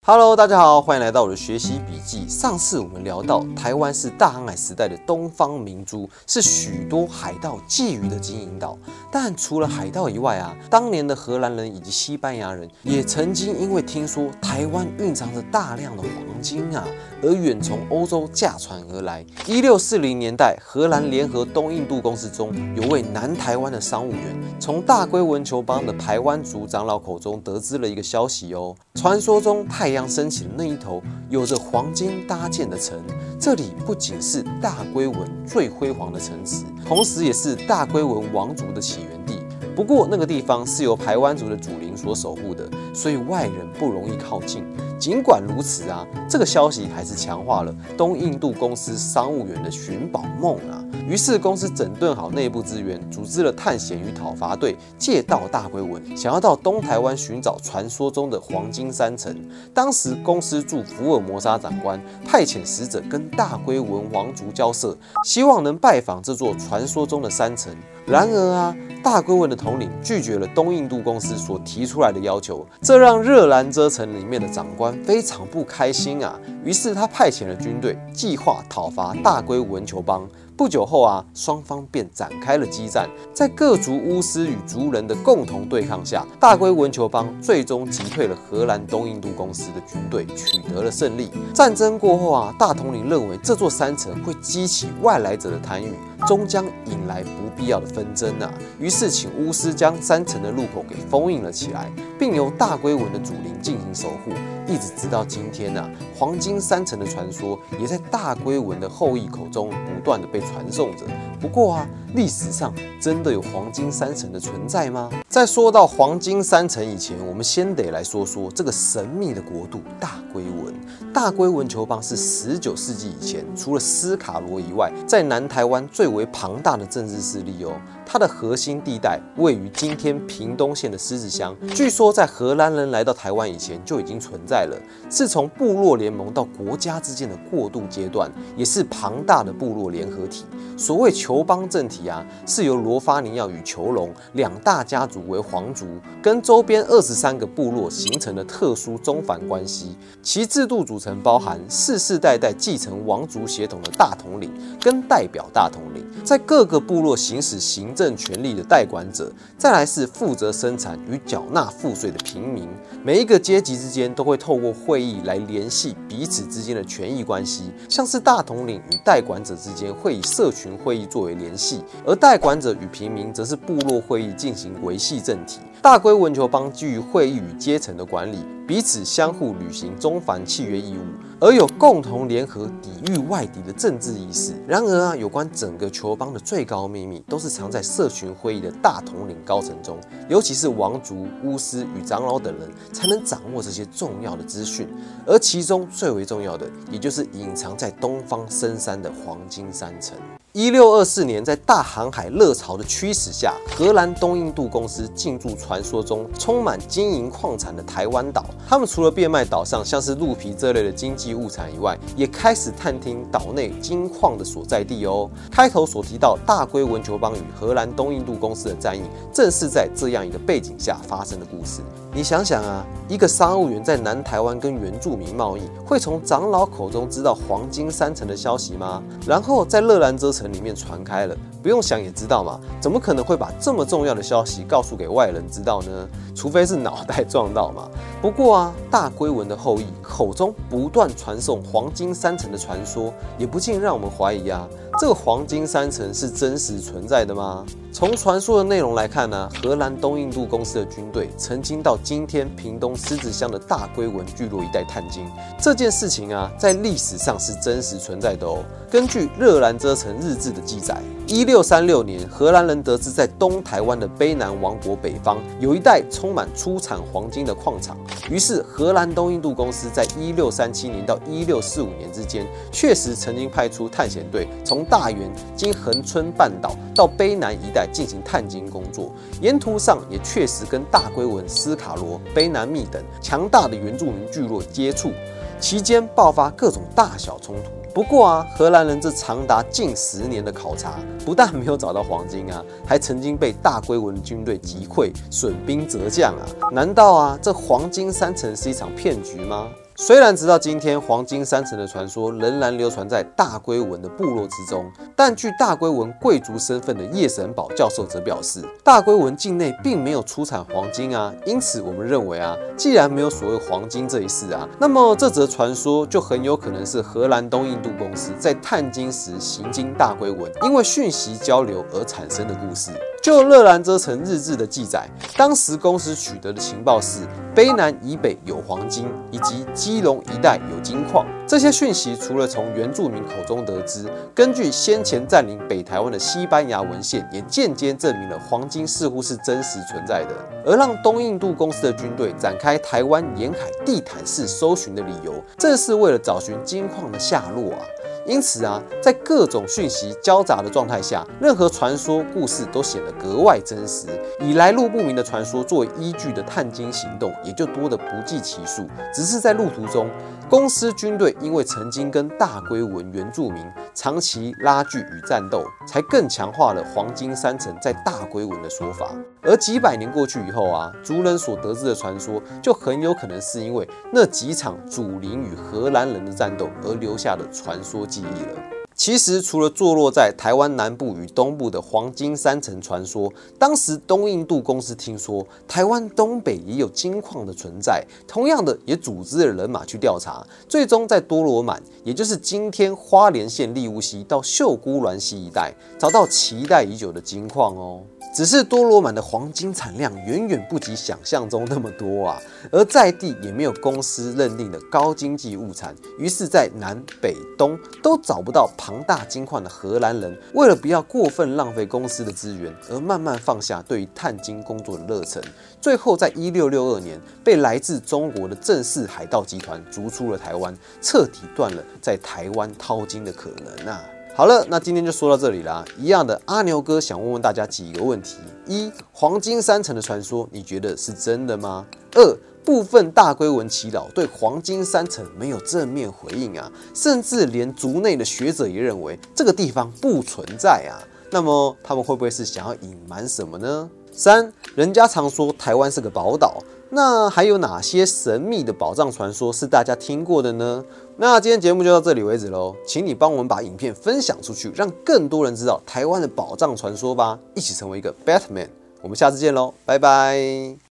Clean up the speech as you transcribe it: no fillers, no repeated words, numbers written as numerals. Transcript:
Hello， 大家好，欢迎来到我的学习笔记。上次我们聊到，台湾是大航海时代的东方明珠，是许多海盗觊觎的金银岛。但除了海盗以外当年的荷兰人以及西班牙人也曾经因为听说台湾蕴藏着大量的黄金而远从欧洲驾船而来。1640年代，荷兰联合东印度公司中有位南台湾的商务员，从大龟文球邦的排湾族长老口中得知了一个消息哦。传说中太阳升起的那一头，有着黄金搭建的城，这里不仅是大龟文最辉煌的城池，同时也是大龟文王族的起源地。不过那个地方是由排湾族的祖灵所守护的，所以外人不容易靠近。尽管如此这个消息还是强化了东印度公司商务员的寻宝梦于是公司整顿好内部资源，组织了探险与讨伐队，借道大龟文，想要到东台湾寻找传说中的黄金山城。当时公司驻福尔摩沙长官派遣使者跟大龟文王族交涉，希望能拜访这座传说中的山城。然而大龟文的统领拒绝了东印度公司所提出来的要求，这让热兰遮城里面的长官非常不开心于是他派遣了军队，计划讨伐大龟文球邦。不久后双方便展开了激战。在各族巫师与族人的共同对抗下，大龟文球邦最终击退了荷兰东印度公司的军队，取得了胜利。战争过后大统领认为这座山城会激起外来者的贪欲，终将引来不必要的纷争于是请巫师将山城的入口给封印了起来，并由大龟文的祖灵进行守护，一直直到今天黄金山城的传说也在大龟文的后裔口中不断的被传颂着。不过历史上真的有黄金山城的存在吗？在说到黄金山城以前，我们先得来说说这个神秘的国度大龟文。大龟文球邦是19世纪以前，除了斯卡罗以外，在南台湾最为庞大的政治势力哦。它的核心地带位于今天屏东县的狮子乡，据说在荷兰人来到台湾以前就已经存在了，是从部落联盟到国家之间的过渡阶段，也是庞大的部落联合体。所谓球邦政体是由罗发尼奥与虬龙两大家族为皇族，跟周边23个部落形成的特殊宗藩关系。其制度组成包含世世代代继承王族血统的大统领跟代表大统领，在各个部落行使行政权力的代管者，再来是负责生产与缴纳赋税的平民。每一个阶级之间都会透过会议来联系彼此之间的权益关系，像是大统领与代管者之间会以社群会议作为联系，而代管者与平民则是部落会议进行维系政体。大龟文球邦基于会议与阶层的管理，彼此相互履行宗藩契约义务，而有共同联合抵御外敌的政治意识。然而有关整个球邦的最高秘密，都是藏在社群会议的大统领高层中，尤其是王族、巫师与长老等人才能掌握这些重要的资讯。而其中最为重要的，也就是隐藏在东方深山的黄金山城。1624年，在大航海热潮的驱使下，荷兰东印度公司进驻传说中充满金银矿产的台湾岛。他们除了变卖岛上像是鹿皮这类的经济物产以外，也开始探听岛内金矿的所在地哦。开头所提到大龟文球邦与荷兰东印度公司的战役，正是在这样一个背景下发生的故事。你想想一个商务员在南台湾跟原住民贸易，会从长老口中知道黄金山城的消息吗？然后在热兰遮城里面传开了，不用想也知道嘛，怎么可能会把这么重要的消息告诉给外人知道呢？除非是脑袋撞到嘛。不过大龟文的后裔口中不断传颂黄金山城的传说，也不禁让我们怀疑这个黄金山城是真实存在的吗？从传说的内容来看荷兰东印度公司的军队曾经到今天屏东狮子乡的大龟文聚落一带探金，这件事情在历史上是真实存在的哦。根据热兰遮城日志的记载，1636年，荷兰人得知在东台湾的卑南王国北方有一带充满出产黄金的矿场，于是荷兰东印度公司在1637年到1645年之间，确实曾经派出探险队从大园经恒春半岛到卑南一带进行探金工作，沿途上也确实跟大龟文、斯卡罗、卑南密等强大的原住民聚落接触，期间爆发各种大小冲突。不过荷兰人这长达近10年的考察，不但没有找到黄金还曾经被大龟文军队击溃，损兵折将难道这黄金山城是一场骗局吗？ 虽然直到今天，黄金山城的传说仍然流传在大龟文的部落之中，但据大龟文贵族身份的叶神宝教授则表示，大龟文境内并没有出产黄金啊，因此我们认为啊，既然没有所谓黄金这一事啊，那么这则传说就很有可能是荷兰东印度公司在探金时行经大龟文，因为讯息交流而产生的故事。就热兰遮城日志的记载，当时公司取得的情报是卑南以北有黄金，以及基隆一带有金矿。这些讯息除了从原住民口中得知，根据先前占领北台湾的西班牙文献，也间接证明了黄金似乎是真实存在的。而让东印度公司的军队展开台湾沿海地毯式搜寻的理由，正是为了找寻金矿的下落啊。因此啊，在各种讯息交杂的状态下，任何传说故事都显得格外真实。以来路不明的传说作为依据的探金行动，也就多得不计其数。只是在路途中，公司军队因为曾经跟大龟文原住民长期拉锯与战斗，才更强化了黄金山城在大龟文的说法。而几百年过去以后啊，族人所得知的传说，就很有可能是因为那几场祖灵与荷兰人的战斗而留下的传说记忆了。其实，除了坐落在台湾南部与东部的黄金山城传说，当时东印度公司听说台湾东北也有金矿的存在，同样的也组织了人马去调查，最终在多罗满，也就是今天花莲县立乌溪到秀姑峦溪一带，找到期待已久的金矿哦。只是多罗满的黄金产量远远不及想象中那么多啊，而在地也没有公司认定的高经济物产，于是，在南北东都找不到庞大金矿的荷兰人，为了不要过分浪费公司的资源，而慢慢放下对于探金工作的热忱，最后在1662年被来自中国的郑氏海盗集团逐出了台湾，彻底断了在台湾淘金的可能啊。好了，那今天就说到这里啦。一样的，阿牛哥想问问大家几个问题：一、黄金山城的传说，你觉得是真的吗？二、部分大龟文耆老对黄金山城没有正面回应啊，甚至连族内的学者也认为这个地方不存在啊。那么他们会不会是想要隐瞒什么呢？三、人家常说台湾是个宝岛，那还有哪些神秘的宝藏传说是大家听过的呢？那今天节目就到这里为止喽，请你帮我们把影片分享出去，让更多人知道台湾的宝藏传说吧，一起成为一个 Batman。我们下次见喽，拜拜。